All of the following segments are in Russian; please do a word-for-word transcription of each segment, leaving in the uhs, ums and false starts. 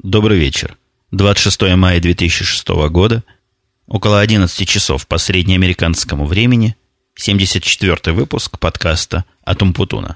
Добрый вечер. двадцать шестого мая две тысячи шестого года, около одиннадцати часов по среднеамериканскому времени, семьдесят четвёртый выпуск подкаста от Умпутуна.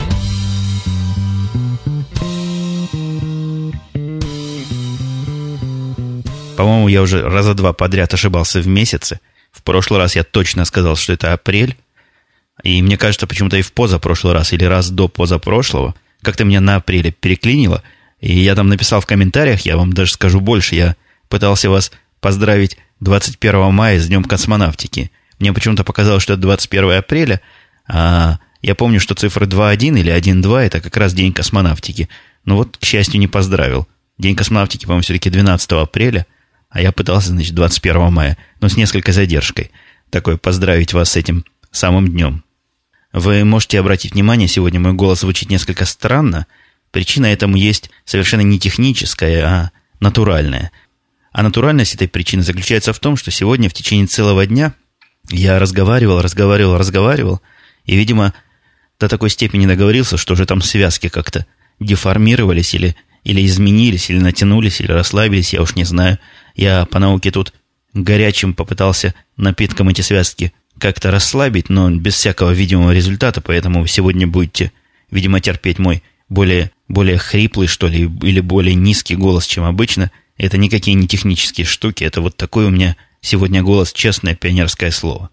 По-моему, я уже раза два подряд ошибался в месяце. В прошлый раз я точно сказал, что это апрель. И мне кажется, почему-то и в позапрошлый раз, или раз до позапрошлого, как-то меня на апреле переклинило. И я там написал в комментариях, я вам даже скажу больше, я пытался вас поздравить двадцать первого мая с Днем космонавтики. Мне почему-то показалось, что это двадцать первого апреля, а я помню, что цифры два один или один два это как раз День космонавтики. Но вот, к счастью, не поздравил. День космонавтики, по-моему, все-таки двенадцатого апреля, а я пытался, значит, двадцать первого мая, но с несколько задержкой. Такое поздравить вас с этим самым днем. Вы можете обратить внимание, сегодня мой голос звучит несколько странно. Причина этому есть совершенно не техническая, а натуральная. А натуральность этой причины заключается в том, что сегодня в течение целого дня я разговаривал, разговаривал, разговаривал, и, видимо, до такой степени договорился, что уже там связки как-то деформировались или, или изменились, или натянулись, или расслабились, я уж не знаю. Я по науке тут горячим попытался напитком эти связки как-то расслабить, но без всякого видимого результата, поэтому вы сегодня будете, видимо, терпеть мой более, более хриплый, что ли, или более низкий голос, чем обычно. Это никакие не технические штуки, это вот такой у меня сегодня голос, честное пионерское слово.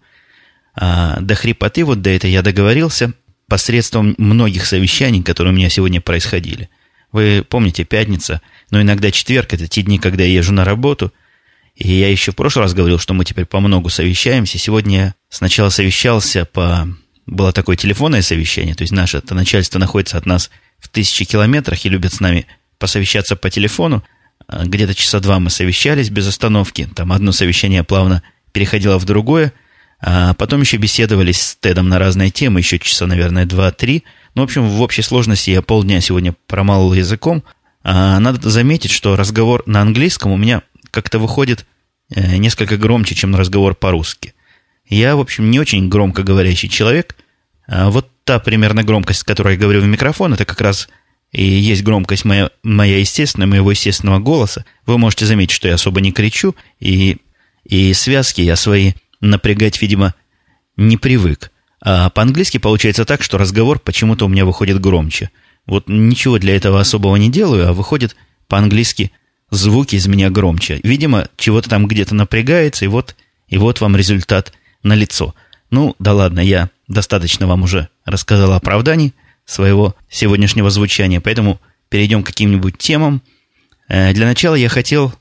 А до хрипоты вот до этой я договорился посредством многих совещаний, которые у меня сегодня происходили. Вы помните, пятница, но иногда четверг, это те дни, когда я езжу на работу. И я еще в прошлый раз говорил, что мы теперь по многу совещаемся. Сегодня я сначала совещался по... Было такое телефонное совещание, то есть наше это начальство находится от нас в тысячи километрах и любят с нами посовещаться по телефону. Где-то часа два мы совещались без остановки. Там одно совещание плавно переходило в другое. А потом еще беседовали с Тедом на разные темы, еще часа, наверное, два-три. Ну, в общем, в общей сложности я полдня сегодня промалывал языком. А надо заметить, что разговор на английском у меня как-то выходит несколько громче, чем разговор по-русски. Я, в общем, не очень громко говорящий человек. А вот та примерно громкость, с которой я говорю в микрофон, это как раз и есть громкость моя, моя естественная, моего естественного голоса. Вы можете заметить, что я особо не кричу, и, и связки я свои напрягать, видимо, не привык. А по-английски получается так, что разговор почему-то у меня выходит громче. Вот ничего для этого особого не делаю, а выходит по-английски звуки из меня громче. Видимо, чего-то там где-то напрягается, и вот, и вот вам результат налицо. Ну, да ладно, я достаточно вам уже рассказал оправданий своего сегодняшнего звучания, поэтому перейдем к каким-нибудь темам. Для начала я хотел,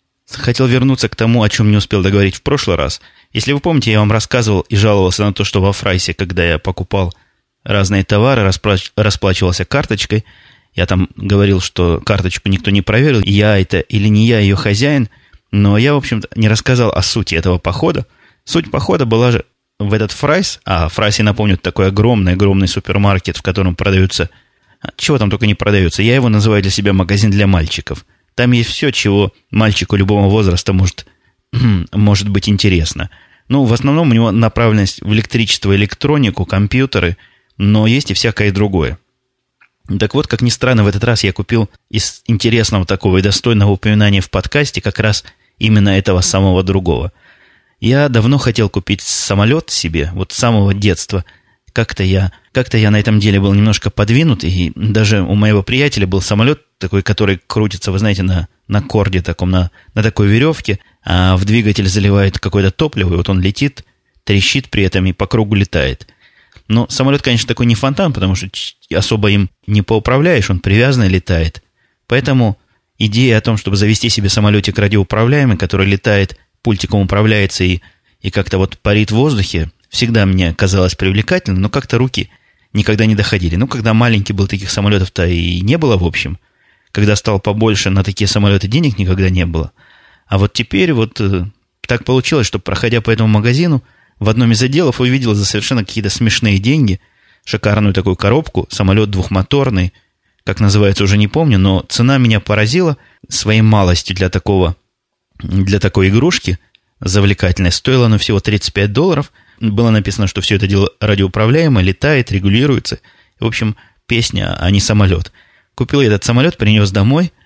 хотел вернуться к тому, о чем не успел договорить в прошлый раз. Если вы помните, я вам рассказывал и жаловался на то, что во Фрайсе, когда я покупал разные товары, расплач... расплачивался карточкой, я там говорил, что карточку никто не проверил, я это или не я ее хозяин, но я, в общем-то, не рассказал о сути этого похода. Суть похода была же в этот Фрайс, а Фрайс, я напомню, такой огромный-огромный супермаркет, в котором продаются... Чего там только не продается. Я его называю для себя магазин для мальчиков. Там есть все, чего мальчику любого возраста может, может быть интересно. Ну, в основном у него направленность в электричество, электронику, компьютеры, но есть и всякое другое. Так вот, как ни странно, в этот раз я купил из интересного такого и достойного упоминания в подкасте как раз именно этого самого другого. Я давно хотел купить самолет себе, вот с самого детства. Как-то я, как-то я на этом деле был немножко подвинут, и даже у моего приятеля был самолет такой, который крутится, вы знаете, на, на корде таком, на, на такой веревке, а в двигатель заливает какое-то топливо, и вот он летит, трещит при этом и по кругу летает. Но самолет, конечно, такой не фонтан, потому что особо им не поуправляешь, он привязанный летает. Поэтому идея о том, чтобы завести себе самолетик радиоуправляемый, который летает, пультиком управляется и, и как-то вот парит в воздухе, всегда мне казалось привлекательным, но как-то руки никогда не доходили. Ну, когда маленький был, таких самолетов-то и не было, в общем. Когда стал побольше, на такие самолеты денег никогда не было. А вот теперь вот э, так получилось, что, проходя по этому магазину, в одном из отделов увидел за совершенно какие-то смешные деньги шикарную такую коробку, самолет двухмоторный, как называется, уже не помню, но цена меня поразила своей малостью для такого, для такой игрушки завлекательной. Стоило оно всего тридцать пять долларов. Было написано, что все это дело радиоуправляемо, летает, регулируется. В общем, песня, а не самолет. Купил я этот самолет, принес домой.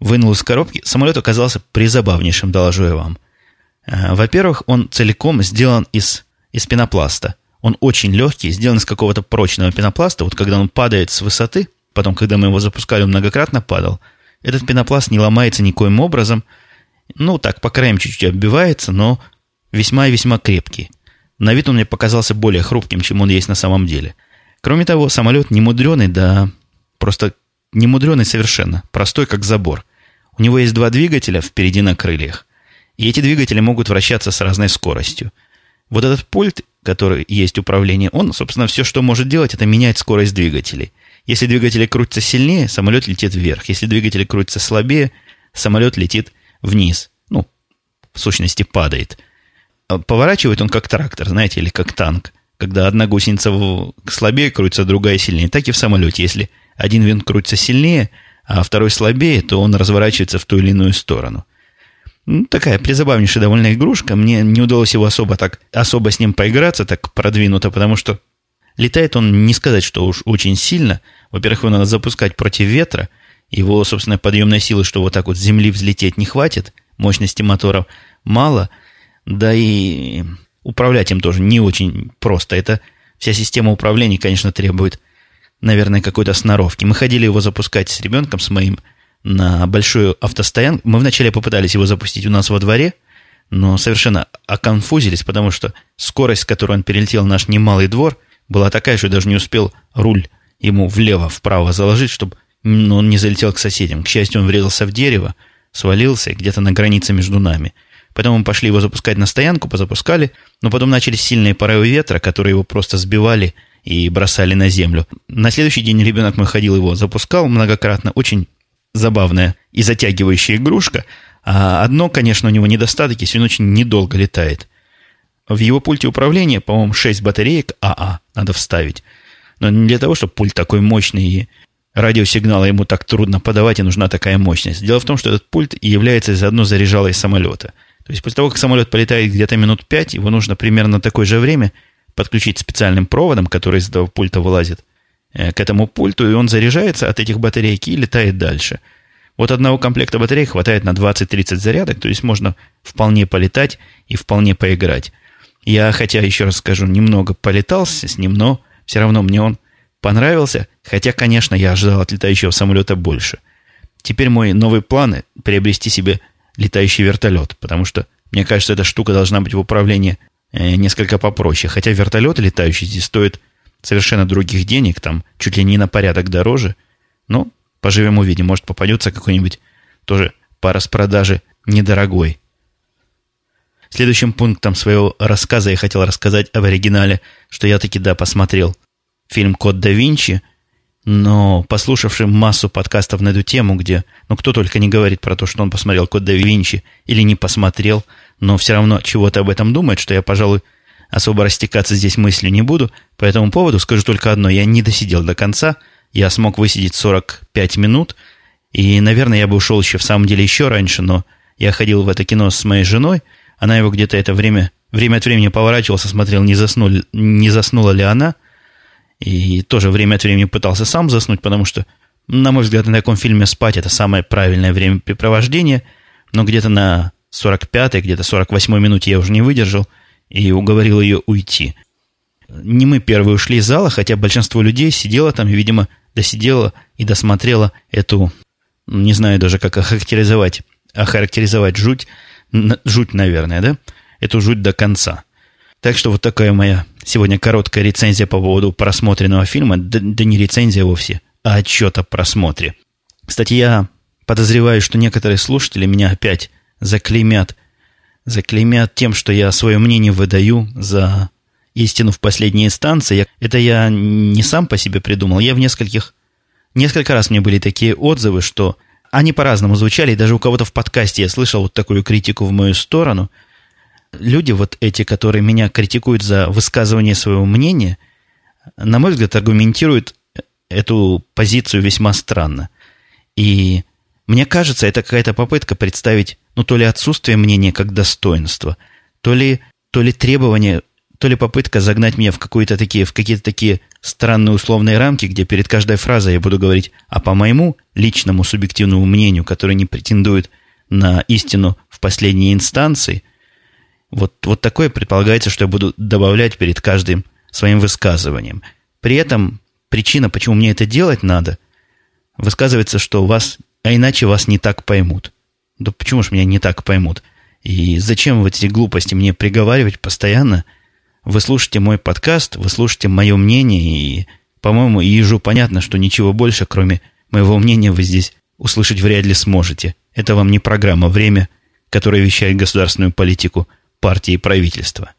вынул из коробки. Самолет оказался призабавнейшим, доложу я вам. Во-первых, он целиком сделан из, из пенопласта. Он очень легкий, сделан из какого-то прочного пенопласта. Вот когда он падает с высоты, потом, когда мы его запускали, он многократно падал, этот пенопласт не ломается никоим образом. Ну, так, по краям чуть-чуть оббивается, но весьма и весьма крепкий. На вид он мне показался более хрупким, чем он есть на самом деле. Кроме того, самолет не мудреный, да просто не мудреный совершенно, простой как забор. У него есть два двигателя впереди на крыльях, и эти двигатели могут вращаться с разной скоростью. Вот этот пульт, который есть управление, он, собственно, все, что может делать, это менять скорость двигателей. Если двигатели крутятся сильнее, самолет летит вверх. Если двигатели крутятся слабее, самолет летит вниз. Ну, в сущности, падает. Поворачивает он как трактор, знаете, или как танк. Когда одна гусеница слабее крутится, другая сильнее. Так и в самолете. Если один винт крутится сильнее, а второй слабее, то он разворачивается в ту или иную сторону. Ну, такая призабавнейшая довольно игрушка. Мне не удалось его особо так, особо с ним поиграться, так продвинуто, потому что летает он, не сказать, что уж очень сильно. Во-первых, его надо запускать против ветра. Его, собственно, подъемной силы, что вот так вот с земли взлететь, не хватит. Мощности моторов мало. Да и управлять им тоже не очень просто. Это вся система управления, конечно, требует, наверное, какой-то сноровки. Мы ходили его запускать с ребенком, с моим, на большую автостоянку. Мы вначале попытались его запустить у нас во дворе, но совершенно оконфузились, потому что скорость, с которой он перелетел наш немалый двор, была такая, что я даже не успел руль ему влево-вправо заложить, чтобы он не залетел к соседям. К счастью, он врезался в дерево, свалился где-то на границе между нами. Поэтому мы пошли его запускать на стоянку, позапускали, но потом начались сильные порывы ветра, которые его просто сбивали и бросали на землю. На следующий день ребенок мой ходил, его запускал многократно. Очень забавная и затягивающая игрушка. А одно, конечно, у него недостаток, если он очень недолго летает. В его пульте управления, по-моему, шесть батареек АА надо вставить. Но не для того, чтобы пульт такой мощный и радиосигналы ему так трудно подавать, и нужна такая мощность. Дело в том, что этот пульт и является заодно заряжалой самолета. То есть после того, как самолет полетает где-то минут пять, его нужно примерно на такое же время подключить специальным проводом, который из этого пульта вылазит, к этому пульту, и он заряжается от этих батареек и летает дальше. Вот одного комплекта батарей хватает на двадцать-тридцать зарядок, то есть можно вполне полетать и вполне поиграть. Я, хотя, еще раз скажу, немного полетал с ним, но все равно мне он понравился, хотя, конечно, я ожидал от летающего самолета больше. Теперь мой новый план – приобрести себе летающий вертолет, потому что, мне кажется, эта штука должна быть в управлении несколько попроще. Хотя вертолет летающий здесь стоит совершенно других денег, там чуть ли не на порядок дороже. Но поживем увидим, может попадется какой-нибудь тоже по распродаже недорогой. Следующим пунктом своего рассказа я хотел рассказать об оригинале, что я таки, да, посмотрел фильм «Код да Винчи», но послушавший массу подкастов на эту тему, где, ну, кто только не говорит про то, что он посмотрел «Код да Винчи» или не посмотрел, но все равно чего-то об этом думает, что я, пожалуй, особо растекаться здесь мыслью не буду. По этому поводу скажу только одно. Я не досидел до конца. Я смог высидеть сорок пять минут. И, наверное, я бы ушел еще в самом деле еще раньше, но я ходил в это кино с моей женой. Она его где-то это время, время от времени поворачивался, смотрел, не, заснули, не заснула ли она. И тоже время от времени пытался сам заснуть, потому что, на мой взгляд, на таком фильме спать – это самое правильное времяпрепровождение. Но где-то на сорок пятой, где-то сорок восьмой минуте я уже не выдержал и уговорил ее уйти. Не мы первые ушли из зала, хотя большинство людей сидело там и, видимо, досидело и досмотрело эту, не знаю даже, как охарактеризовать, охарактеризовать жуть, жуть, наверное, да? Эту жуть до конца. Так что вот такая моя сегодня короткая рецензия по поводу просмотренного фильма. Да, да не рецензия вовсе, а отчет о просмотре. Кстати, я подозреваю, что некоторые слушатели меня опять заклеймят, заклеймят тем, что я свое мнение выдаю за истину в последней инстанции. Это я не сам по себе придумал. Я в нескольких... Несколько раз мне были такие отзывы, что они по-разному звучали. И даже у кого-то в подкасте я слышал вот такую критику в мою сторону. Люди вот эти, которые меня критикуют за высказывание своего мнения, на мой взгляд, аргументируют эту позицию весьма странно. И мне кажется, это какая-то попытка представить, ну, то ли отсутствие мнения как достоинство, то ли, то ли требование то ли попытка загнать меня в, какие-то такие, в какие-то такие странные условные рамки, где перед каждой фразой я буду говорить, а по моему личному субъективному мнению, которое не претендует на истину в последней инстанции, вот, вот такое предполагается, что я буду добавлять перед каждым своим высказыванием. При этом причина, почему мне это делать надо, высказывается, что вас, а иначе вас не так поймут. Да почему же меня не так поймут? И зачем вот эти глупости мне приговаривать постоянно? Вы слушаете мой подкаст, вы слушаете мое мнение, и, по-моему, ежу понятно, что ничего больше, кроме моего мнения, вы здесь услышать вряд ли сможете. Это вам не программа «Время», которая вещает государственную политику партии и правительства.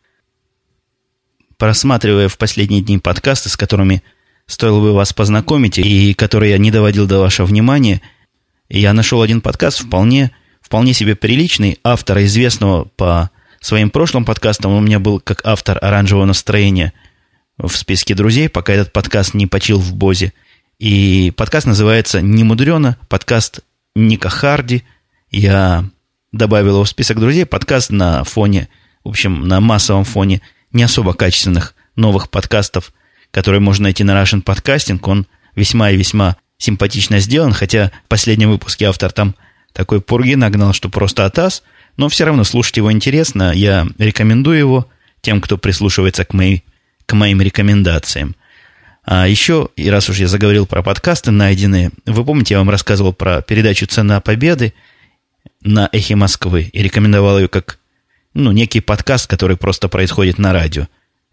Просматривая в последние дни подкасты, с которыми стоило бы вас познакомить, и которые я не доводил до вашего внимания, я нашел один подкаст вполне, вполне себе приличный, автора, известного по своим прошлым подкастам. Он у меня был как автор «Оранжевого настроения» в списке друзей, пока этот подкаст не почил в Бозе. И подкаст называется «Немудрено», подкаст Ника Харди. Я добавил его в список друзей. Подкаст на фоне, в общем, на массовом фоне не особо качественных новых подкастов, которые можно найти на Russian Podcasting. Он весьма и весьма симпатично сделан, хотя в последнем выпуске автор там такой пурги нагнал, что просто атас, но все равно слушать его интересно. Я рекомендую его тем, кто прислушивается к, моей, к моим рекомендациям. А еще, и раз уж я заговорил про подкасты найденные, вы помните, я вам рассказывал про передачу «Цена победы» на Эхе Москвы и рекомендовал ее как ну, некий подкаст, который просто происходит на радио.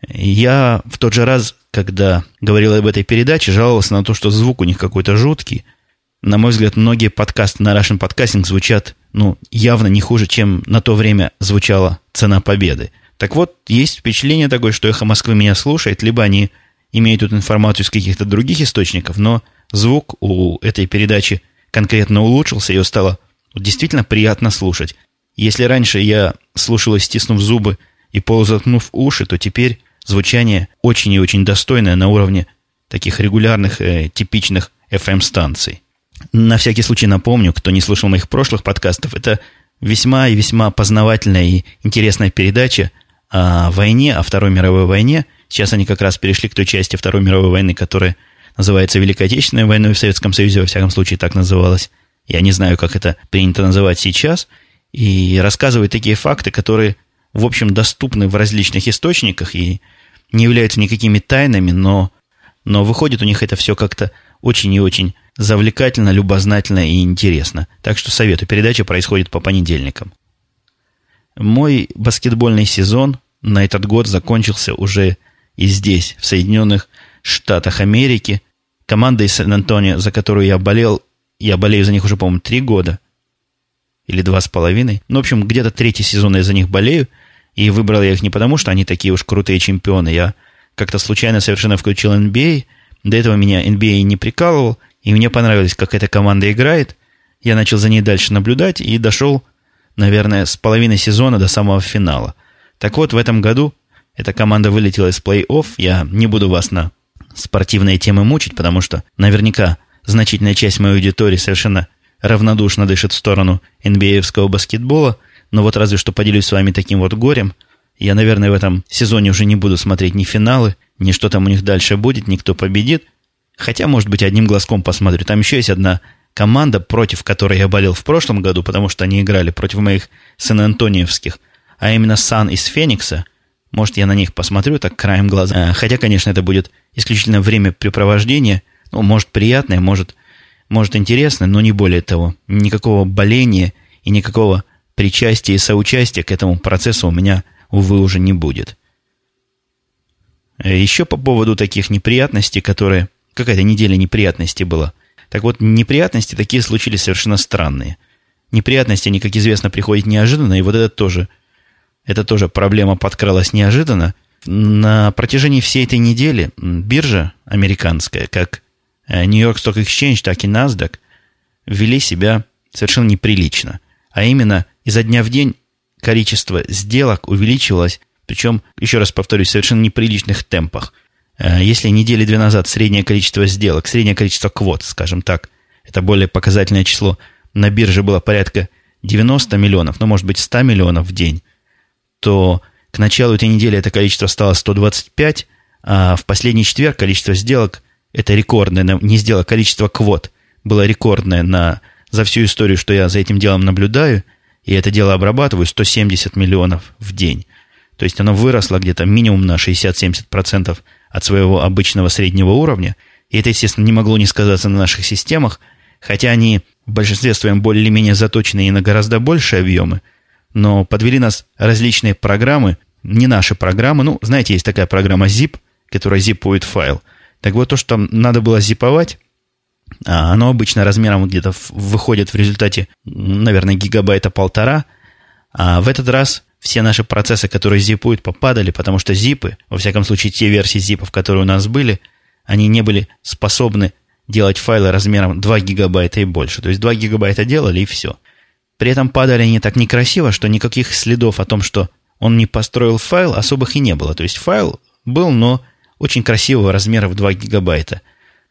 Я в тот же раз, когда говорил об этой передаче, жаловался на то, что звук у них какой-то жуткий. На мой взгляд, многие подкасты на Russian Podcasting звучат ну, явно не хуже, чем на то время звучала «Цена победы». Так вот, есть впечатление такое, что «Эхо Москвы» меня слушает, либо они имеют тут информацию из каких-то других источников, но звук у этой передачи конкретно улучшился, ее стало действительно приятно слушать. Если раньше я слушал, стиснув зубы и полузаткнув уши, то теперь звучание очень и очень достойное на уровне таких регулярных, э, типичных эф эм-станций. На всякий случай напомню, кто не слушал моих прошлых подкастов, это весьма и весьма познавательная и интересная передача о войне, о Второй мировой войне. Сейчас они как раз перешли к той части Второй мировой войны, которая называется Великой Отечественной войной в Советском Союзе, во всяком случае так называлась. Я не знаю, как это принято называть сейчас. И рассказывают такие факты, которые, в общем, доступны в различных источниках и не являются никакими тайнами, но, но выходит у них это все как-то очень и очень завлекательно, любознательно и интересно. Так что советую. Передача происходит по понедельникам. Мой баскетбольный сезон на этот год закончился уже и здесь, в Соединенных Штатах Америки. Команда из Сан-Антонио, за которую я болел, я болею за них уже, по-моему, три года. Или два с половиной. Ну, в общем, где-то третий сезон я за них болею. И выбрал я их не потому, что они такие уж крутые чемпионы. Я как-то случайно совершенно включил эн би эй. До этого меня эн би эй не прикалывал. И мне понравилось, как эта команда играет. Я начал за ней дальше наблюдать и дошел, наверное, с половины сезона до самого финала. Так вот, в этом году эта команда вылетела из плей-офф. Я не буду вас на спортивные темы мучить, потому что наверняка значительная часть моей аудитории совершенно равнодушно дышит в сторону эн би эй-евского баскетбола, но вот разве что поделюсь с вами таким вот горем. Я, наверное, в этом сезоне уже не буду смотреть ни финалы, ни что там у них дальше будет, ни кто победит. Хотя, может быть, одним глазком посмотрю. Там еще есть одна команда, против которой я болел в прошлом году, потому что они играли против моих сан-антониевских, а именно Сан из Феникса. Может, я на них посмотрю так краем глаза. Хотя, конечно, это будет исключительно времяпрепровождение. Ну, может, приятное, может... Может, интересно, но не более того. Никакого боления и никакого причастия и соучастия к этому процессу у меня, увы, уже не будет. Еще по поводу таких неприятностей, которые... Какая-то неделя неприятностей была. Так вот, неприятности такие случились совершенно странные. Неприятности, они, как известно, приходят неожиданно, и вот это тоже... Это тоже проблема подкралась неожиданно. На протяжении всей этой недели биржа американская, как... Нью-Йорк Stock Exchange, так и NASDAQ вели себя совершенно неприлично. А именно, изо дня в день количество сделок увеличивалось, причем, еще раз повторюсь, в совершенно неприличных темпах. Если недели две назад среднее количество сделок, среднее количество квот, скажем так, это более показательное число, на бирже было порядка девяносто миллионов, ну, может быть, сто миллионов в день, то К началу этой недели это количество стало сто двадцать пять, а в последний четверг количество сделок, это рекордное, не сделок, количество квот было рекордное на, за всю историю, что я за этим делом наблюдаю, и это дело обрабатываю, сто семьдесят миллионов в день. То есть оно выросло где-то минимум на шестьдесят-семьдесят процентов от своего обычного среднего уровня, и это, естественно, не могло не сказаться на наших системах, хотя они в большинстве своем более-менее заточены и на гораздо большие объемы, но подвели нас различные программы, не наши программы. Ну, знаете, есть такая программа zip, которая зипует файл. Так вот, то, что там надо было зиповать, оно обычно размером где-то выходит в результате, наверное, гигабайта полтора, а в этот раз все наши процессы, которые зипуют, попадали, потому что зипы, во всяком случае, те версии зипов, которые у нас были, они не были способны делать файлы размером два гигабайта и больше. То есть два гигабайта делали, и все. При этом падали они так некрасиво, что никаких следов о том, что он не построил файл, особых и не было. То есть файл был, но очень красивого размера в два гигабайта.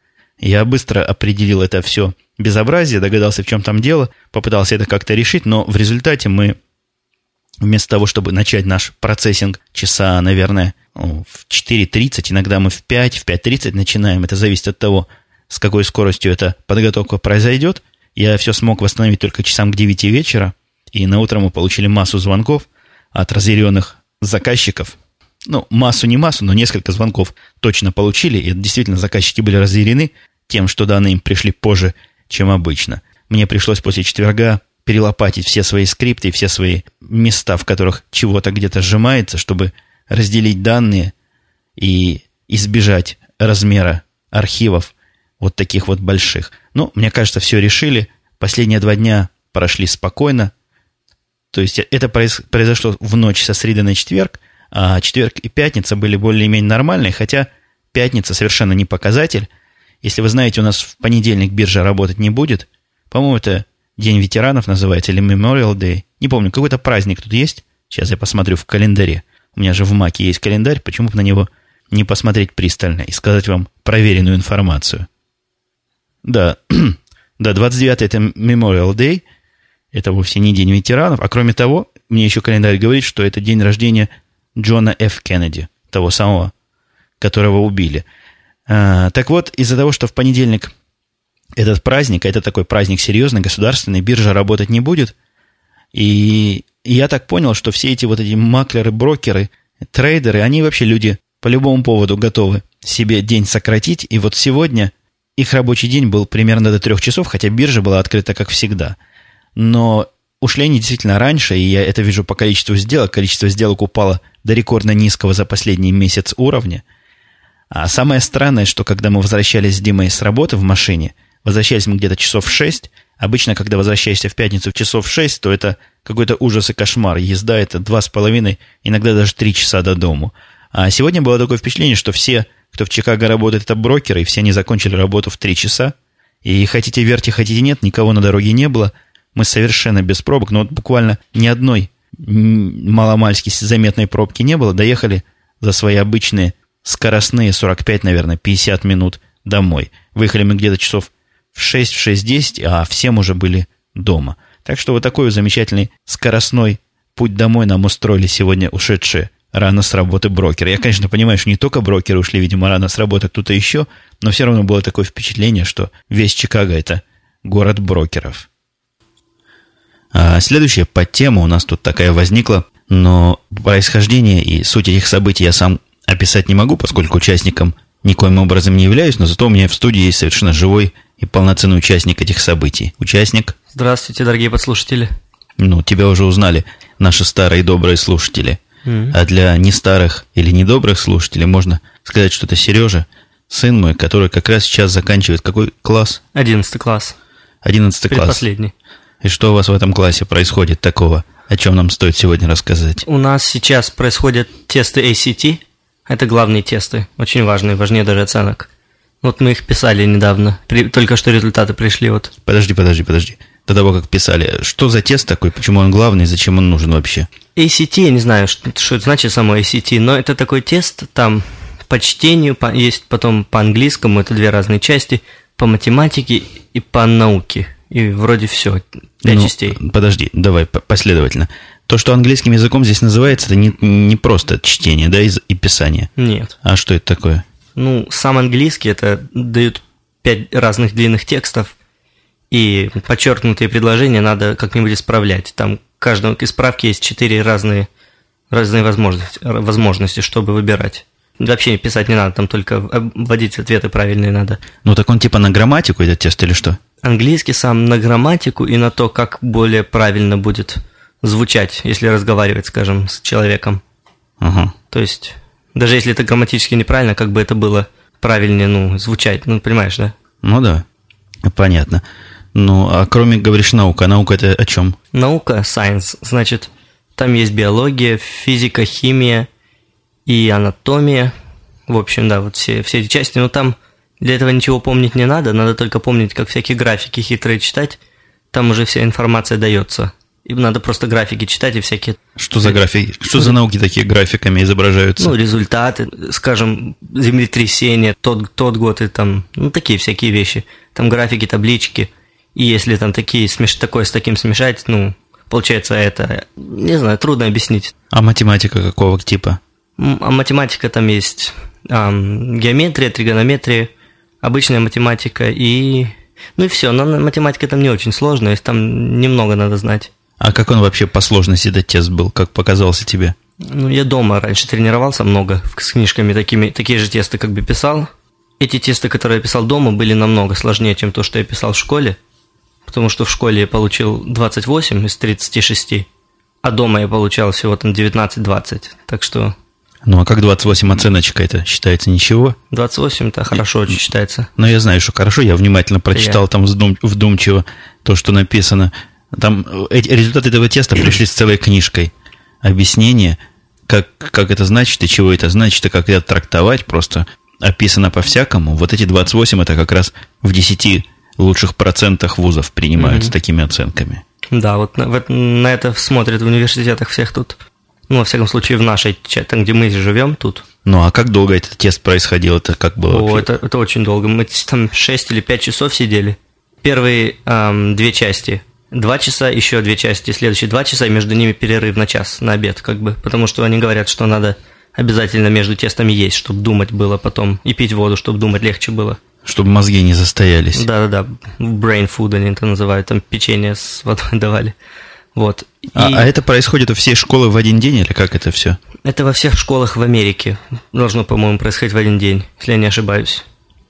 Я быстро определил это все безобразие, догадался, в чем там дело, попытался это как-то решить, но в результате мы вместо того, чтобы начать наш процессинг часа, наверное, в четыре тридцать, иногда мы в пять, в пять тридцать начинаем, это зависит от того, с какой скоростью эта подготовка произойдет. Я все смог восстановить только часам к девяти вечера, и на утро мы получили массу звонков от разъяренных заказчиков. Ну, массу не массу, но несколько звонков точно получили, и действительно заказчики были разъярены тем, что данные им пришли позже, чем обычно. Мне пришлось после четверга перелопатить все свои скрипты и все свои места, в которых чего-то где-то сжимается, чтобы разделить данные и избежать размера архивов вот таких вот больших. Ну, мне кажется, все решили. Последние два дня прошли спокойно. То есть это произошло в ночь со среды на четверг, а четверг и пятница были более-менее нормальные, хотя пятница совершенно не показатель. Если вы знаете, у нас в понедельник биржа работать не будет. По-моему, это День ветеранов называется, или Memorial Day. Не помню, какой-то праздник тут есть. Сейчас я посмотрю в календаре. У меня же в Маке есть календарь, почему бы на него не посмотреть пристально и сказать вам проверенную информацию. Да, да, двадцать девятое это Memorial Day. Это вовсе не День ветеранов. А кроме того, мне еще календарь говорит, что это день рождения Джона Ф. Кеннеди, того самого, которого убили. А, так вот, из-за того, что в понедельник этот праздник, а это такой праздник серьезный, государственный, биржа работать не будет, и я так понял, что все эти вот эти маклеры, брокеры, трейдеры, они вообще люди по любому поводу готовы себе день сократить, и вот сегодня их рабочий день был примерно до трех часов, хотя биржа была открыта как всегда. Но ушли они действительно раньше, и я это вижу по количеству сделок. Количество сделок упало до рекордно низкого за последний месяц уровня. А самое странное, что когда мы возвращались с Димой с работы в машине, возвращались мы где-то часов в шесть. Обычно, когда возвращаешься в пятницу в часов в шесть, то это какой-то ужас и кошмар. Езда – это два с половиной, иногда даже три часа до дому. А сегодня было такое впечатление, что все, кто в Чикаго работает, это брокеры, и все они закончили работу в три часа. И хотите верьте, хотите нет, никого на дороге не было. Мы совершенно без пробок, но вот буквально ни одной маломальски заметной пробки не было. Доехали за свои обычные скоростные сорок пять, наверное, пятьдесят минут домой. Выехали мы где-то часов в шесть, в шесть десять, а всем уже были дома. Так что вот такой замечательный скоростной путь домой нам устроили сегодня ушедшие рано с работы брокеры. Я, конечно, понимаю, что не только брокеры ушли, видимо, рано с работы, кто-то еще, но все равно было такое впечатление, что весь Чикаго – это город брокеров. А следующая подтема у нас тут такая возникла, но происхождение и суть этих событий я сам описать не могу, поскольку участником никоим образом не являюсь, но зато у меня в студии есть совершенно живой и полноценный участник этих событий. Участник. Здравствуйте, дорогие подслушатели. Ну, тебя уже узнали наши старые добрые слушатели. Mm-hmm. А для не старых или недобрых слушателей можно сказать, что это Сережа, сын мой, который как раз сейчас заканчивает какой класс? Одиннадцатый класс. Одиннадцатый класс. Предпоследний. И что у вас в этом классе происходит такого, о чем нам стоит сегодня рассказать? У нас сейчас происходят тесты эй си ти. Это главные тесты, очень важные, важнее даже оценок. Вот мы их писали недавно, при, только что результаты пришли. Вот. Подожди, подожди, подожди. До того, как писали, что за тест такой, почему он главный, зачем он нужен вообще? эй си ти, я не знаю, что, что это значит само эй си ти, но это такой тест, там по чтению, по, есть потом по английскому, это две разные части, по математике и по науке. И вроде все, пять ну, частей. Подожди, давай последовательно. То, что английским языком здесь называется, это не, не просто чтение, да, и, и писание. Нет. А что это такое? Ну, сам английский, это дают пять разных длинных текстов, и подчеркнутые предложения надо как-нибудь исправлять. Там в каждой исправке есть четыре разные, разные возможности, возможности, чтобы выбирать. Вообще писать не надо, там только вводить ответы правильные надо. Ну, так он типа на грамматику этот тест или что? Английский сам на грамматику и на то, как более правильно будет звучать, если разговаривать, скажем, с человеком. Ага. То есть, даже если это грамматически неправильно, как бы это было правильнее, ну, звучать, ну, понимаешь, да? Ну да, понятно. Ну, а кроме, говоришь, наука, а наука это о чем? Наука, science, значит, там есть биология, физика, химия и анатомия. В общем, да, вот все, все эти части, но там для этого ничего помнить не надо, надо только помнить, как всякие графики хитрые читать, там уже вся информация дается. Им надо просто графики читать и всякие... Что за графики? Что за науки такие графиками изображаются? Ну, результаты, скажем, землетрясения, тот, тот год и там, ну, такие всякие вещи. Там графики, таблички. И если там такие, смеш... такое с таким смешать, ну, получается это, не знаю, трудно объяснить. А математика какого типа? А математика там есть эм, геометрия, тригонометрия, обычная математика и... Ну и все, но математика там не очень сложная, там немного надо знать. А как он вообще по сложности этот тест был, как показался тебе? Ну, я дома раньше тренировался много, с книжками такими, такие же тесты как бы писал. Эти тесты, которые я писал дома, были намного сложнее, чем то, что я писал в школе, потому что в школе я получил двадцать восемь из тридцати шести, а дома я получал всего там девятнадцать-двадцать, так что... Ну, а как двадцать восемь оценочка, это считается ничего? двадцать восемь это хорошо очень считается. Ну, я знаю, что хорошо, я внимательно прочитал я... там вдум... вдумчиво то, что написано. Там эти, результаты этого теста пришли с целой книжкой. Объяснение, как, как это значит и чего это значит, и как это трактовать, просто описано по-всякому. Вот эти двадцать восемь это как раз в десяти лучших процентах вузов принимают mm-hmm. с такими оценками. Да, вот на, вот на это смотрят в университетах всех тут. Ну, во всяком случае, в нашей части, там, где мы живем, тут. Ну, а как долго этот тест происходил? Это как было? О, это, это очень долго. Мы там шесть или пять часов сидели. Первые эм, две части. Два часа, еще две части, следующие два часа, и между ними перерыв на час, на обед, как бы. Потому что они говорят, что надо обязательно между тестами есть, чтобы думать было потом, и пить воду, чтобы думать легче было. Чтобы мозги не застоялись. Да-да-да, brain food они это называют, там печенье с водой давали. Вот. И... А, а это происходит у всей школы в один день, или как это все? Это во всех школах в Америке должно, по-моему, происходить в один день, если я не ошибаюсь.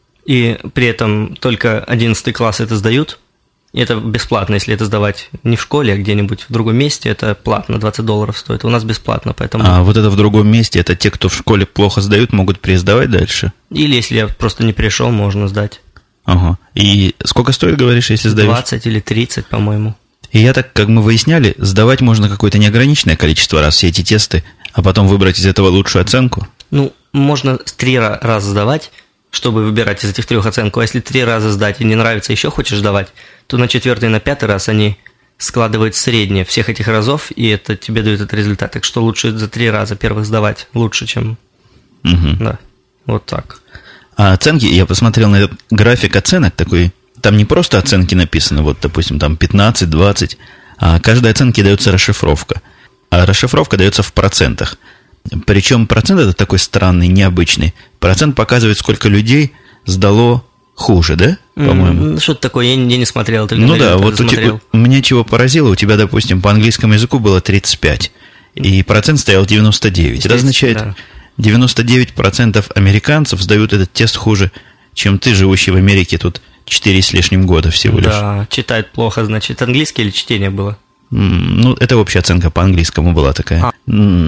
И при этом только одиннадцатый класс это сдают. И это бесплатно, если это сдавать не в школе, а где-нибудь в другом месте, это платно, двадцать долларов стоит. У нас бесплатно, поэтому... А вот это в другом месте, это те, кто в школе плохо сдают, могут пересдавать дальше? Или если я просто не пришел, можно сдать. Ага. И сколько стоит, говоришь, если сдаешь? двадцать или тридцать, по-моему. И я так, как мы выясняли, сдавать можно какое-то неограниченное количество раз все эти тесты, а потом выбрать из этого лучшую оценку? Ну, можно три раза сдавать, чтобы выбирать из этих трех оценку. А если три раза сдать и не нравится, еще хочешь сдавать, то на четвертый и на пятый раз они складывают среднее всех этих разов, и это тебе дает этот результат. Так что лучше за три раза первых сдавать, лучше, чем... Угу. Да, вот так. А оценки, я посмотрел на этот график оценок такой, там не просто оценки написаны, вот, допустим, там пятнадцать, двадцать, а каждой оценке дается расшифровка. А расшифровка дается в процентах. Причем процент это такой странный, необычный. Процент показывает, сколько людей сдало хуже, да, по-моему? Mm, что-то такое, я, я не смотрел. Ну да, вот у тебя, меня чего поразило, у тебя, допустим, по английскому языку было тридцать пять, и процент стоял девяносто девять. Это означает, да. девяносто девять процентов американцев сдают этот тест хуже, чем ты, живущий в Америке тут четыре с лишним года всего лишь. Да, читать плохо, значит, английский или чтение было? Ну, это общая оценка по английскому была такая. А.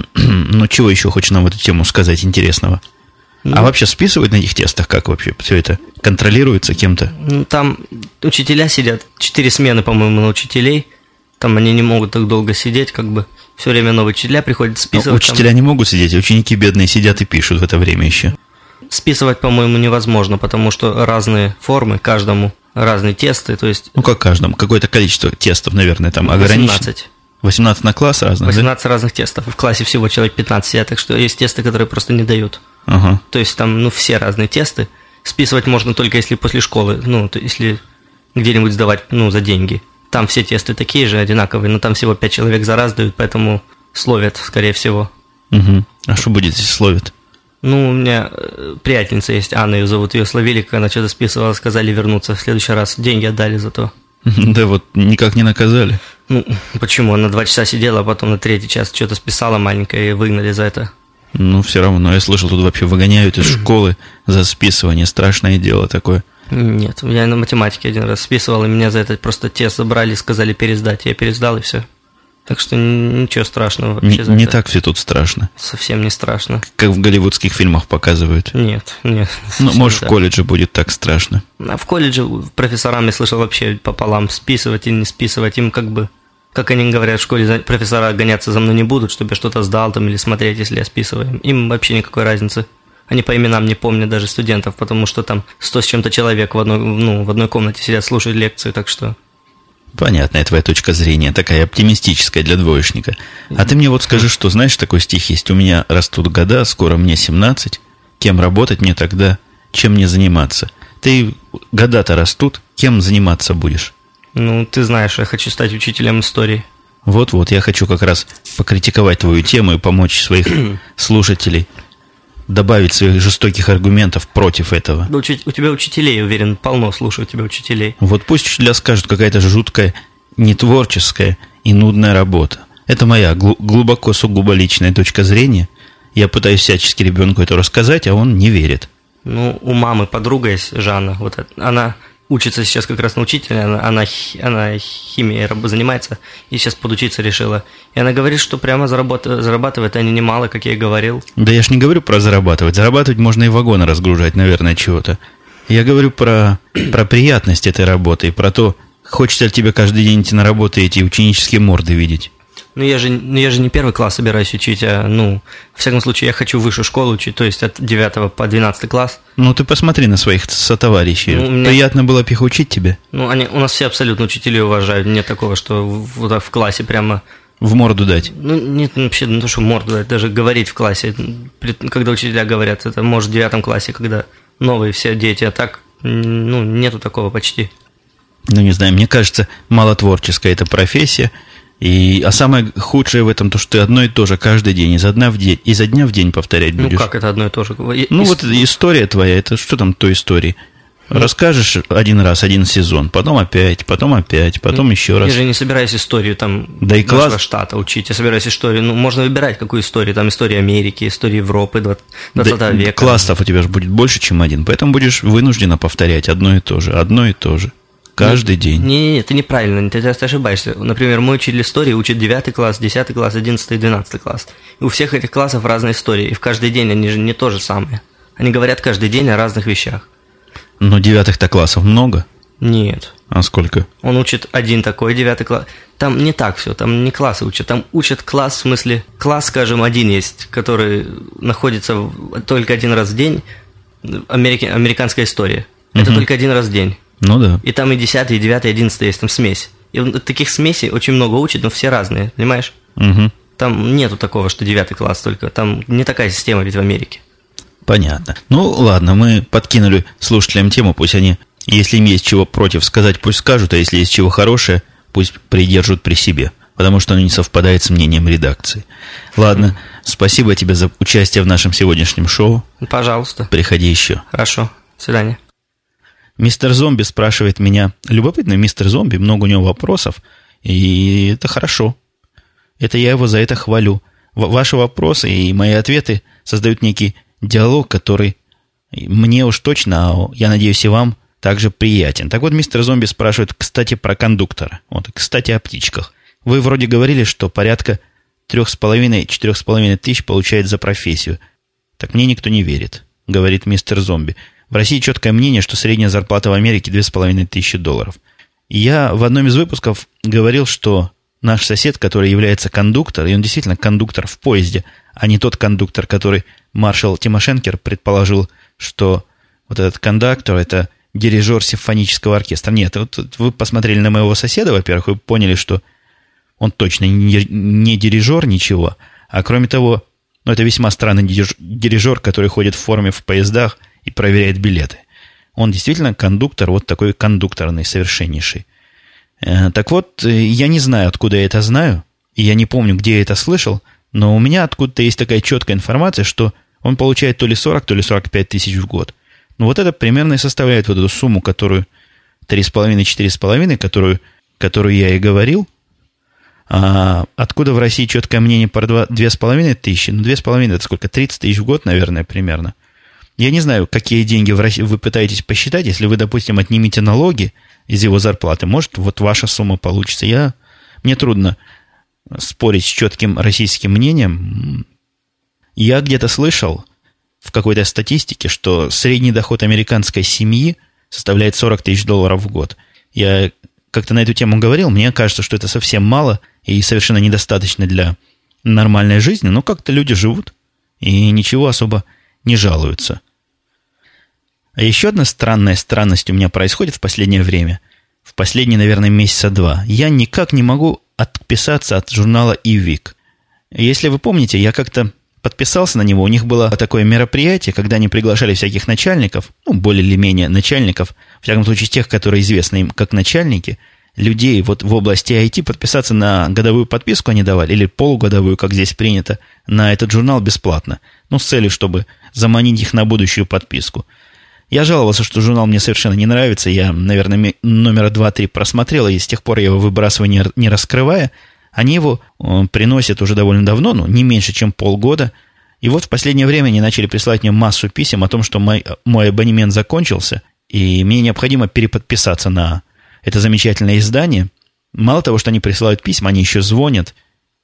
Ну, чего еще хочешь нам в эту тему сказать интересного? Ну, а вообще списывают на этих тестах? Как вообще все это контролируется кем-то? Ну, там учителя сидят, четыре смены, по-моему, на учителей. Там они не могут так долго сидеть, как бы все время новые учителя приходят списывать. Но учителя там... не могут сидеть, ученики бедные сидят и пишут в это время еще. Списывать, по-моему, невозможно, потому что разные формы каждому, разные тесты, то есть... Ну, как каждому? Какое-то количество тестов, наверное, там ограничено. восемнадцать. восемнадцать на класс разных, восемнадцать да? разных тестов. В классе всего человек пятнадцать, так что есть тесты, которые просто не дают. Ага. То есть там, ну, все разные тесты. Списывать можно только если после школы, ну, то если где-нибудь сдавать, ну, за деньги. там все тесты такие же, одинаковые, но там всего пять человек за раз дают, поэтому словят, скорее всего. Угу. А что будет, если словят? Ну, у меня приятельница есть, Анна ее зовут, ее словили, когда она что-то списывала, сказали вернуться в следующий раз, деньги отдали за то. Да вот никак не наказали. Ну, почему? Она два часа сидела, а потом на третий час что-то списала маленькое и выгнали за это. Ну, все равно, я слышал, тут вообще выгоняют из школы за списывание, страшное дело такое. Нет, я на математике один раз списывал, и меня за это просто тест забрали и сказали пересдать, я пересдал, и все. Так что ничего страшного вообще не, за не это. так все тут страшно. Совсем не страшно. Как в голливудских фильмах показывают. Нет, нет. Ну, может, в колледже будет так страшно. А в колледже профессорам, я слышал, вообще пополам списывать и не списывать. Им как бы, как они говорят, в школе профессора гоняться за мной не будут, чтобы я что-то сдал там или смотреть, если я списываю. Им вообще никакой разницы. Они по именам не помнят даже студентов, потому что там сто с чем-то человек в одной, ну, в одной комнате сидят, слушают лекцию, так что... Понятная твоя точка зрения, такая оптимистическая для двоечника. А ты мне вот скажи, что, знаешь, такой стих есть. У меня растут года, скоро мне семнадцать. Кем работать мне тогда, чем мне заниматься? Ты года-то растут, кем заниматься будешь? Ну, ты знаешь, я хочу стать учителем истории. Вот-вот, я хочу как раз покритиковать твою тему и помочь своих слушателей добавить своих жестоких аргументов против этого. У тебя учителей, уверен, полно, слушаю тебя учителей. Вот пусть учителя скажут, какая-то жуткая, нетворческая и нудная работа. Это моя глубоко сугубо личная точка зрения. Я пытаюсь всячески ребенку это рассказать, а он не верит. Ну, у мамы подруга есть, Жанна, вот она учится сейчас как раз на учителя, она, она, она химией занимается и сейчас подучиться решила. И она говорит, что прямо заработ, зарабатывает они немало, как я и говорил. Да я ж не говорю про зарабатывать. Зарабатывать можно и вагоны разгружать, наверное, чего-то. Я говорю про, про приятность этой работы и про то, хочется ли тебе каждый день идти на работу и эти ученические морды видеть. Ну я же, ну, я же не первый класс собираюсь учить, а, ну, в всяком случае, я хочу высшую школу учить, то есть от девятого по двенадцатый класс. Ну, ты посмотри на своих сотоварищей. Ну, меня... Приятно было бы их учить тебе? Ну, они, у нас все абсолютно учителей уважают, нет такого, что в, в классе прямо... В морду дать? Ну, нет, вообще, не то, что в морду дать, даже говорить в классе, когда учителя говорят, это может в девятом классе, когда новые все дети, а так, ну, нету такого почти. Ну, не знаю, мне кажется, малотворческая эта профессия. И, а самое худшее в этом то, что ты одно и то же каждый день, изо дня в день, изо дня в день повторять будешь. Ну, как это одно и то же? Ну, Ис... вот история твоя, это что там той истории? Ну, расскажешь один раз, один сезон, потом опять, потом опять, потом ну, еще раз. Я же не собираюсь историю там да и нашего класс... штата учить, я собираюсь историю, ну, можно выбирать, какую историю, там история Америки, история Европы, двадцатого да, века. Классов у тебя же будет больше, чем один, поэтому будешь вынужденно повторять одно и то же, одно и то же. Каждый не, день. Не-не-не, ты неправильно, ты, ты ошибаешься. Например, мой учитель истории учит девятый класс, десятый класс, одиннадцатый и двенадцатый класс. И у всех этих классов разные истории, и в каждый день они же не то же самое. Они говорят каждый день о разных вещах. Но девятых-то классов много? Нет. А сколько? Он учит один такой, девятый класс. Там не так все, там не классы учат, там учат класс, в смысле, класс, скажем, один есть, который находится только один раз в день, Америки, американская история. Это угу. только один раз в день. Ну да. И там и десятый, и девятый, и одиннадцатый есть, там смесь. И таких смесей очень много учат, но все разные, понимаешь? Угу. Там нету такого, что девятый класс только. Там не такая система ведь в Америке. Понятно. Ну, ладно, мы подкинули слушателям тему, пусть они, если им есть чего против сказать, пусть скажут, а если есть чего хорошее, пусть придержат при себе, потому что оно не совпадает с мнением редакции. Ладно, mm. спасибо тебе за участие в нашем сегодняшнем шоу. Пожалуйста. Приходи еще. Хорошо. До свидания. Мистер Зомби спрашивает меня, любопытно, мистер Зомби, много у него вопросов, и это хорошо. Это я его за это хвалю. В- ваши вопросы и мои ответы создают некий диалог, который мне уж точно, а я надеюсь и вам, также приятен. Так вот, мистер Зомби спрашивает, кстати, про кондуктора. Вот, кстати, о птичках. Вы вроде говорили, что порядка трех с половиной, четырех с половиной тысяч получает за профессию. Так мне никто не верит, говорит мистер Зомби. В России четкое мнение, что средняя зарплата в Америке две с половиной тысячи долларов. Я в одном из выпусков говорил, что наш сосед, который является кондуктором, и он действительно кондуктор в поезде, а не тот кондуктор, который маршал Тимошенко предположил, что вот этот кондуктор – это дирижер симфонического оркестра. Нет, вот вы посмотрели на моего соседа, во-первых, вы поняли, что он точно не, не дирижер ничего, а кроме того, ну, это весьма странный дирижер, который ходит в форме в поездах и проверяет билеты. Он действительно кондуктор, вот такой кондукторный, совершеннейший. Так вот, я не знаю, откуда я это знаю, и я не помню, где я это слышал, но у меня откуда-то есть такая четкая информация, что он получает то ли сорок, то ли сорок пять тысяч в год. Ну, вот это примерно и составляет вот эту сумму, которую три с половиной - четыре с половиной, которую, которую я и говорил. А откуда в России четкое мнение про две с половиной тысячи? Ну, две с половиной это сколько? тридцать тысяч в год, наверное, примерно. Я не знаю, какие деньги в России вы пытаетесь посчитать. Если вы, допустим, отнимете налоги из его зарплаты, может, вот ваша сумма получится. Я, мне трудно спорить с четким российским мнением. Я где-то слышал в какой-то статистике, что средний доход американской семьи составляет сорок тысяч долларов в год. Я как-то на эту тему говорил, мне кажется, что это совсем мало и совершенно недостаточно для нормальной жизни, но как-то люди живут и ничего особо не жалуются. А еще одна странная странность у меня происходит в последнее время, в последние, наверное, месяца два. Я никак не могу отписаться от журнала e-week. Если вы помните, я как-то подписался на него, у них было такое мероприятие, когда они приглашали всяких начальников, ну, более или менее начальников, в всяком случае тех, которые известны им как начальники, людей вот в области ай ти, подписаться на годовую подписку они давали, или полугодовую, как здесь принято, на этот журнал бесплатно. Ну, с целью, чтобы заманить их на будущую подписку. Я жаловался, что журнал мне совершенно не нравится, я, наверное, номера два-три просмотрел, и с тех пор я его выбрасываю, не, не раскрывая. Они его э, приносят уже довольно давно, ну, не меньше, чем полгода. И вот в последнее время они начали присылать мне массу писем о том, что мой, мой абонемент закончился, и мне необходимо переподписаться на это замечательное издание. Мало того, что они присылают письма, они еще звонят.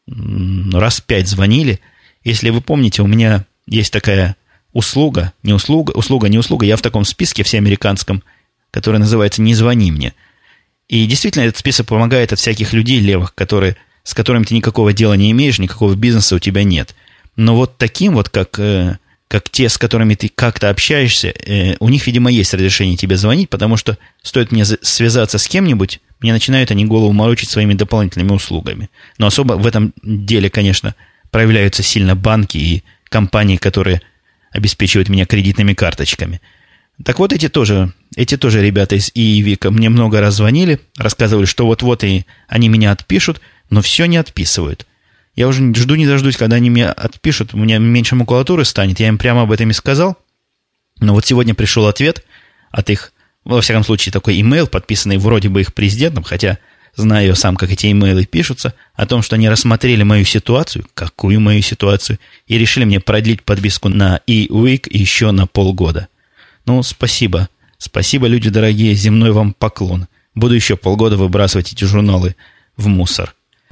Раз пять звонили. Если вы помните, у меня есть такая услуга, не услуга, услуга, не услуга, я в таком списке всеамериканском, который называется «Не звони мне». И действительно, этот список помогает от всяких людей левых, которые, с которыми ты никакого дела не имеешь, никакого бизнеса у тебя нет. Но вот таким вот, как, э, как те, с которыми ты как-то общаешься, э, у них, видимо, есть разрешение тебе звонить, потому что стоит мне связаться с кем-нибудь, мне начинают они голову морочить своими дополнительными услугами. Но особо в этом деле, конечно, проявляются сильно банки и компании, которые обеспечивают меня кредитными карточками. Так вот, эти тоже, эти тоже ребята из e-week мне много раз звонили, рассказывали, что вот-вот и они меня отпишут, но все не отписывают. Я уже жду не дождусь, когда они меня отпишут, у меня меньше макулатуры станет, я им прямо об этом и сказал. Но вот сегодня пришел ответ от их, во всяком случае, такой имейл, подписанный вроде бы их президентом, хотя знаю сам, как эти имейлы пишутся, о том, что они рассмотрели мою ситуацию, какую мою ситуацию, и решили мне продлить подписку на e-week еще на полгода. Ну, спасибо. Спасибо, люди дорогие, земной вам поклон. Буду еще полгода выбрасывать эти журналы в мусор.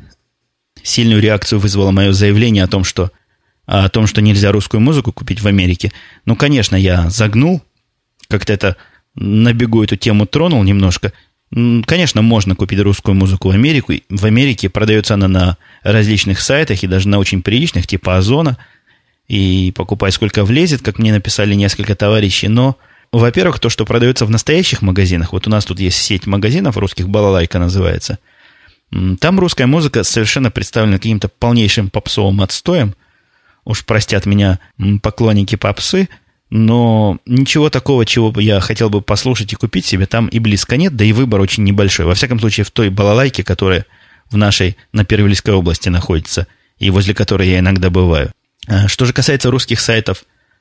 Сильную реакцию вызвало мое заявление о том, что, о том, что нельзя русскую музыку купить в Америке. Ну, конечно, я загнул, как-то это на бегу эту тему тронул немножко. Конечно, можно купить русскую музыку в Америке. В Америке продается она на различных сайтах и даже на очень приличных, типа Озона. И покупай сколько влезет, как мне написали несколько товарищей. Но, во-первых, то, что продается в настоящих магазинах, вот у нас тут есть сеть магазинов русских, «Балалайка» называется, там русская музыка совершенно представлена каким-то полнейшим попсовым отстоем. Уж простят меня поклонники попсы, но ничего такого, чего бы я хотел бы послушать и купить себе, там и близко нет, да и выбор очень небольшой. Во всяком случае, в той балалайке, которая в нашей, на Первильской области находится, и возле которой я иногда бываю. Что же касается русских сайтов,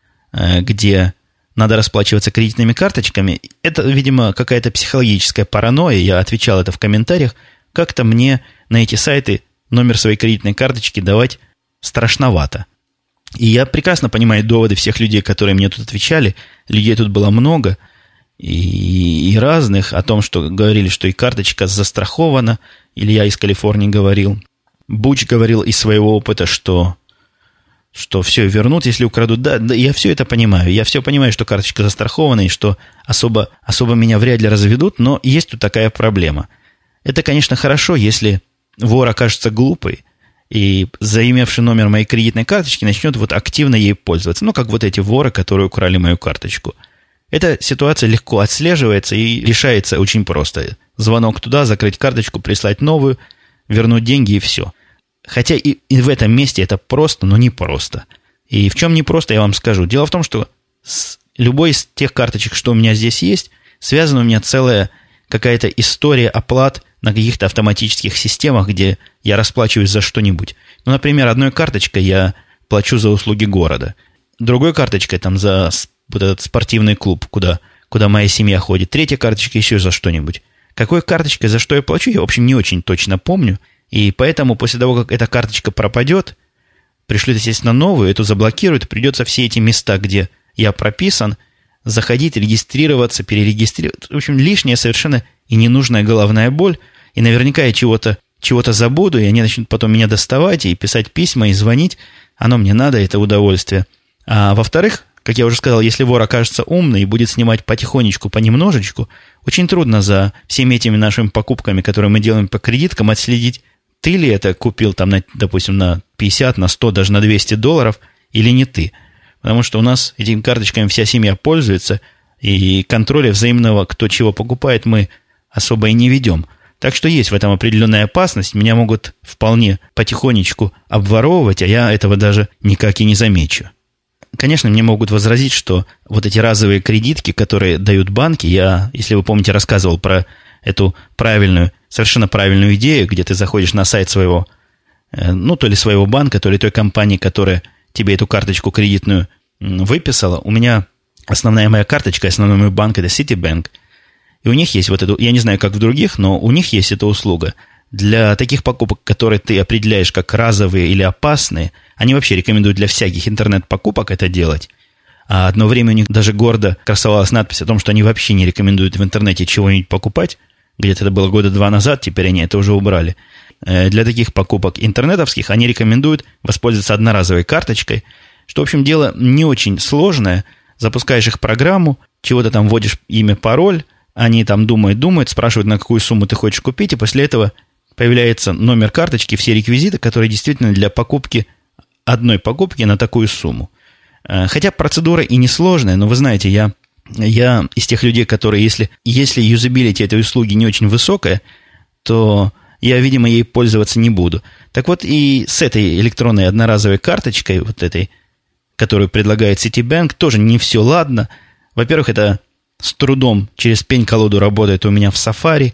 где надо расплачиваться кредитными карточками, это, видимо, какая-то психологическая паранойя, я отвечал это в комментариях, как-то мне на эти сайты номер своей кредитной карточки давать страшновато. И я прекрасно понимаю доводы всех людей, которые мне тут отвечали. Людей тут было много и, и разных, о том, что говорили, что и карточка застрахована. Илья из Калифорнии говорил. Буч говорил из своего опыта, что, что все вернут, если украдут. Да, да, я все это понимаю. Я все понимаю, что карточка застрахована и что особо, особо меня вряд ли разведут, но есть тут такая проблема. Это, конечно, хорошо, если вор окажется глупый, и заимевший номер моей кредитной карточки начнет вот активно ей пользоваться. Ну, как вот эти воры, которые украли мою карточку. Эта ситуация легко отслеживается и решается очень просто. Звонок туда, закрыть карточку, прислать новую, вернуть деньги и все. Хотя и, и в этом месте это просто, но не просто. И в чем не просто, я вам скажу. Дело в том, что с любой из тех карточек, что у меня здесь есть, связана у меня целая какая-то история оплат на каких-то автоматических системах, где я расплачиваюсь за что-нибудь. Ну, например, одной карточкой я плачу за услуги города. Другой карточкой там за вот этот спортивный клуб, куда, куда моя семья ходит. Третья карточка еще за что-нибудь. Какой карточкой за что я плачу, я, в общем, не очень точно помню. И поэтому после того, как эта карточка пропадет, пришлют, естественно, новую, эту заблокируют, придется все эти места, где я прописан, заходить, регистрироваться, перерегистрировать. В общем, лишняя совершенно и ненужная головная боль. И наверняка я чего-то, чего-то забуду, и они начнут потом меня доставать и писать письма, и звонить. Оно мне надо, это удовольствие. А во-вторых, как я уже сказал, если вор окажется умный и будет снимать потихонечку, понемножечку, очень трудно за всеми этими нашими покупками, которые мы делаем по кредиткам, отследить, ты ли это купил, там, на, допустим, на пятьдесят, на сто, даже на двести долларов, или не ты. Потому что у нас этими карточками вся семья пользуется, и контроля взаимного, кто чего покупает, мы особо и не ведем. Так что есть в этом определенная опасность. Меня могут вполне потихонечку обворовывать, а я этого даже никак и не замечу. Конечно, мне могут возразить, что вот эти разовые кредитки, которые дают банки, я, если вы помните, рассказывал про эту правильную, совершенно правильную идею, где ты заходишь на сайт своего, ну, то ли своего банка, то ли той компании, которая тебе эту карточку кредитную выписала. У меня основная моя карточка, основной мой банк – это Citibank. И у них есть вот эту, я не знаю, как в других, но у них есть эта услуга. Для таких покупок, которые ты определяешь как разовые или опасные, они вообще рекомендуют для всяких интернет-покупок это делать. А одно время у них даже гордо красовалась надпись о том, что они вообще не рекомендуют в интернете чего-нибудь покупать. Где-то это было года два назад, теперь они это уже убрали. Для таких покупок интернетовских они рекомендуют воспользоваться одноразовой карточкой, что, в общем, дело не очень сложное. Запускаешь их программу, чего-то там вводишь имя, пароль, они там думают, думают, спрашивают, на какую сумму ты хочешь купить, и после этого появляется номер карточки, все реквизиты, которые действительно для покупки, одной покупки на такую сумму. Хотя процедура и несложная, но вы знаете, я, я из тех людей, которые, если, если юзабилити этой услуги не очень высокая, то я, видимо, ей пользоваться не буду. Так вот, и с этой электронной одноразовой карточкой, вот этой, которую предлагает Citibank, тоже не все ладно. Во-первых, это с трудом через пень-колоду работает у меня в Safari,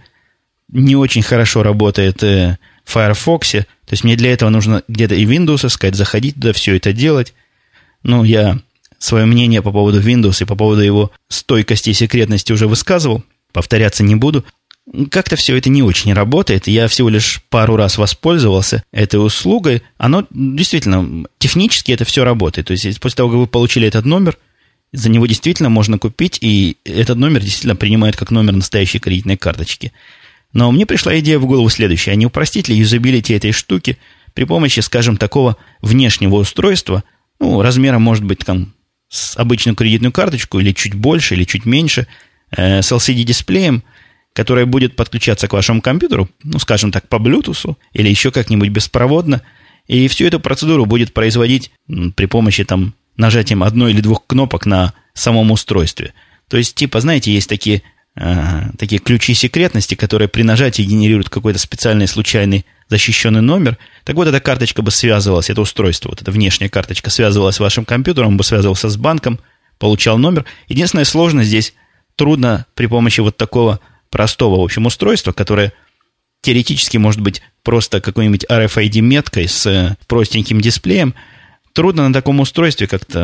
не очень хорошо работает в Firefox. То есть мне для этого нужно где-то и Windows искать, заходить туда, все это делать. Ну, я свое мнение по поводу Windows и по поводу его стойкости и секретности уже высказывал. Повторяться не буду. Как-то все это не очень работает. Я всего лишь пару раз воспользовался этой услугой. Оно действительно, технически это все работает. То есть после того, как вы получили этот номер, за него действительно можно купить, и этот номер действительно принимает как номер настоящей кредитной карточки. Но мне пришла идея в голову следующая. А не упростить ли юзабилити этой штуки при помощи, скажем, такого внешнего устройства, ну, размером может быть там с обычную кредитную карточку, или чуть больше, или чуть меньше, э, с эл си ди-дисплеем, которое будет подключаться к вашему компьютеру, ну, скажем так, по Bluetooth, или еще как-нибудь беспроводно, и всю эту процедуру будет производить м, при помощи там нажатием одной или двух кнопок на самом устройстве. То есть, типа, знаете, есть такие, э, такие ключи секретности, которые при нажатии генерируют какой-то специальный случайный защищенный номер. Так вот, эта карточка бы связывалась, это устройство, вот эта внешняя карточка связывалась с вашим компьютером, он бы связывался с банком, получал номер. Единственная сложность здесь, трудно при помощи вот такого простого, в общем, устройства, которое теоретически может быть просто какой-нибудь ар эф ай ди-меткой с простеньким дисплеем. Трудно на таком устройстве как-то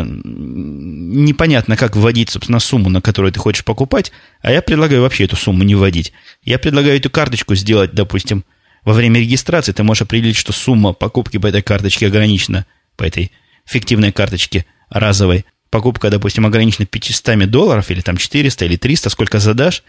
непонятно, как вводить, собственно, сумму, на которую ты хочешь покупать, а я предлагаю вообще эту сумму не вводить. Я предлагаю эту карточку сделать, допустим, во время регистрации ты можешь определить, что сумма покупки по этой карточке ограничена, по этой фиктивной карточке разовой. Покупка, допустим, ограничена пятьсот долларов, или там четыреста, или триста, сколько задашь,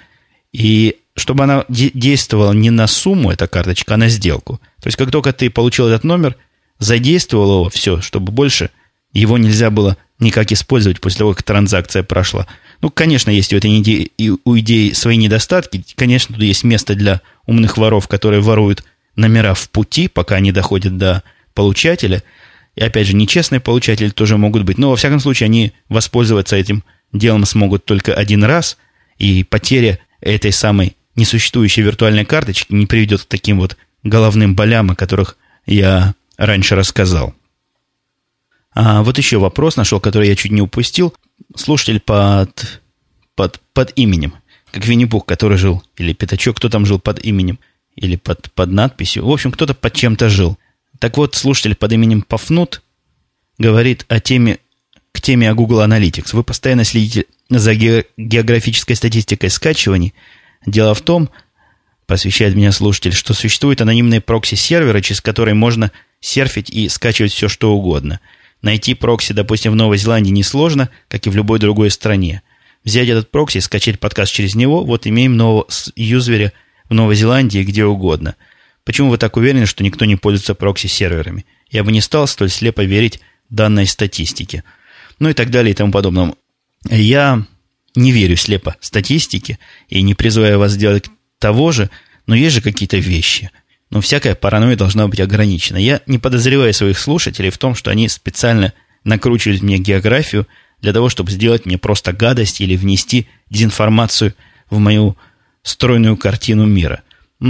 и чтобы она де- действовала не на сумму, эта карточка, а на сделку. То есть, как только ты получил этот номер, задействовал его, все, чтобы больше его нельзя было никак использовать после того, как транзакция прошла. Ну, конечно, есть у этой идеи, у идеи свои недостатки. Конечно, тут есть место для умных воров, которые воруют номера в пути, пока они доходят до получателя. И, опять же, нечестные получатели тоже могут быть. Но, во всяком случае, они воспользоваться этим делом смогут только один раз, и потеря этой самой несуществующей виртуальной карточки не приведет к таким вот головным болям, о которых я раньше рассказал. А вот еще вопрос нашел, который я чуть не упустил. Слушатель под, под, под именем, как Винни-Пух, который жил, или Пятачок, кто там жил под именем. или под, под надписью. В общем, кто-то под чем-то жил. Так вот, слушатель под именем Пафнут говорит о теме, к теме о Google Analytics. Вы постоянно следите за ге- географической статистикой скачиваний. Дело в том, посвящает меня слушатель, что существуют анонимные прокси-серверы, через которые можно серфить и скачивать все, что угодно. Найти прокси, допустим, в Новой Зеландии несложно, как и в любой другой стране. Взять этот прокси и скачать подкаст через него, вот имеем нового юзера в Новой Зеландии, где угодно. Почему вы так уверены, что никто не пользуется прокси-серверами? Я бы не стал столь слепо верить данной статистике. Ну и так далее и тому подобное. Я не верю слепо статистике и не призываю вас делать того же, но есть же какие-то вещи. Но всякая паранойя должна быть ограничена. Я не подозреваю своих слушателей в том, что они специально накручивают мне географию для того, чтобы сделать мне просто гадость или внести дезинформацию в мою стройную картину мира.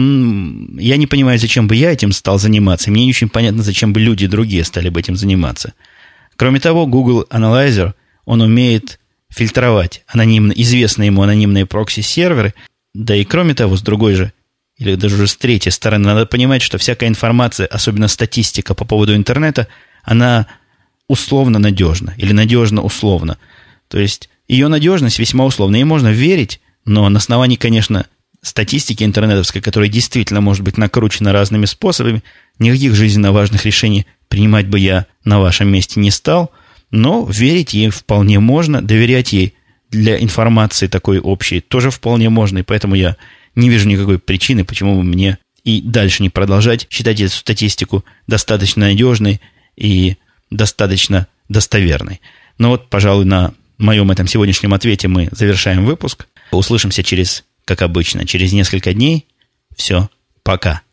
Я не понимаю, зачем бы я этим стал заниматься. Мне не очень понятно, зачем бы люди другие стали бы этим заниматься. Кроме того, Google Analyzer, он умеет фильтровать анонимно, известные ему анонимные прокси-серверы. Да и кроме того, с другой же, или даже уже с третьей стороны, надо понимать, что всякая информация, особенно статистика по поводу интернета, она условно надежна или надежно условно. То есть ее надежность весьма условна. Ей можно верить, но на основании, конечно, статистики интернетовской, которая действительно может быть накручена разными способами, никаких жизненно важных решений принимать бы я на вашем месте не стал, но верить ей вполне можно, доверять ей для информации такой общей тоже вполне можно, и поэтому я не вижу никакой причины, почему бы мне и дальше не продолжать считать эту статистику достаточно надежной и достаточно достоверной. Но вот, пожалуй, на моем этом сегодняшнем ответе мы завершаем выпуск. Услышимся через, как обычно, через несколько дней. Все, пока.